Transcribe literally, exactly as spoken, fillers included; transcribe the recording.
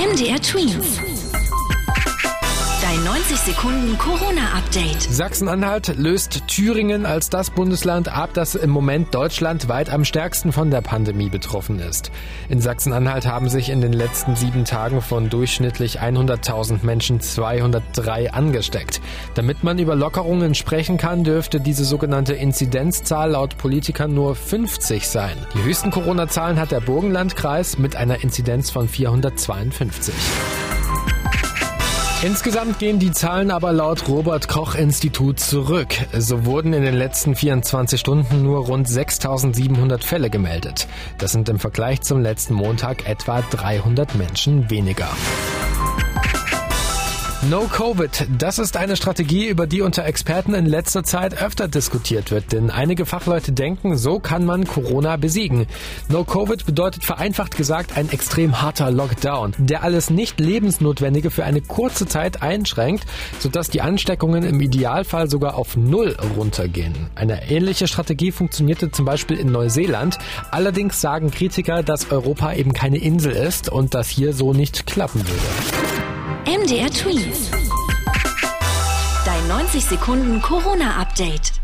M D R Twins. Dein neunzig Sekunden Corona-Update. Sachsen-Anhalt löst Thüringen als das Bundesland ab, das im Moment deutschlandweit am stärksten von der Pandemie betroffen ist. In Sachsen-Anhalt haben sich in den letzten sieben Tagen von durchschnittlich hunderttausend Menschen zweihundertdrei angesteckt. Damit man über Lockerungen sprechen kann, dürfte diese sogenannte Inzidenzzahl laut Politikern nur fünfzig sein. Die höchsten Corona-Zahlen hat der Burgenlandkreis mit einer Inzidenz von vierhundertzweiundfünfzig. Insgesamt gehen die Zahlen aber laut Robert-Koch-Institut zurück. So wurden in den letzten vierundzwanzig Stunden nur rund sechstausendsiebenhundert Fälle gemeldet. Das sind im Vergleich zum letzten Montag etwa dreihundert Menschen weniger. No-Covid, das ist eine Strategie, über die unter Experten in letzter Zeit öfter diskutiert wird, denn einige Fachleute denken, so kann man Corona besiegen. No-Covid bedeutet vereinfacht gesagt ein extrem harter Lockdown, der alles nicht Lebensnotwendige für eine kurze Zeit einschränkt, sodass die Ansteckungen im Idealfall sogar auf Null runtergehen. Eine ähnliche Strategie funktionierte zum Beispiel in Neuseeland, allerdings sagen Kritiker, dass Europa eben keine Insel ist und das hier so nicht klappen würde. M D R Twins. Dein neunzig Sekunden Corona-Update.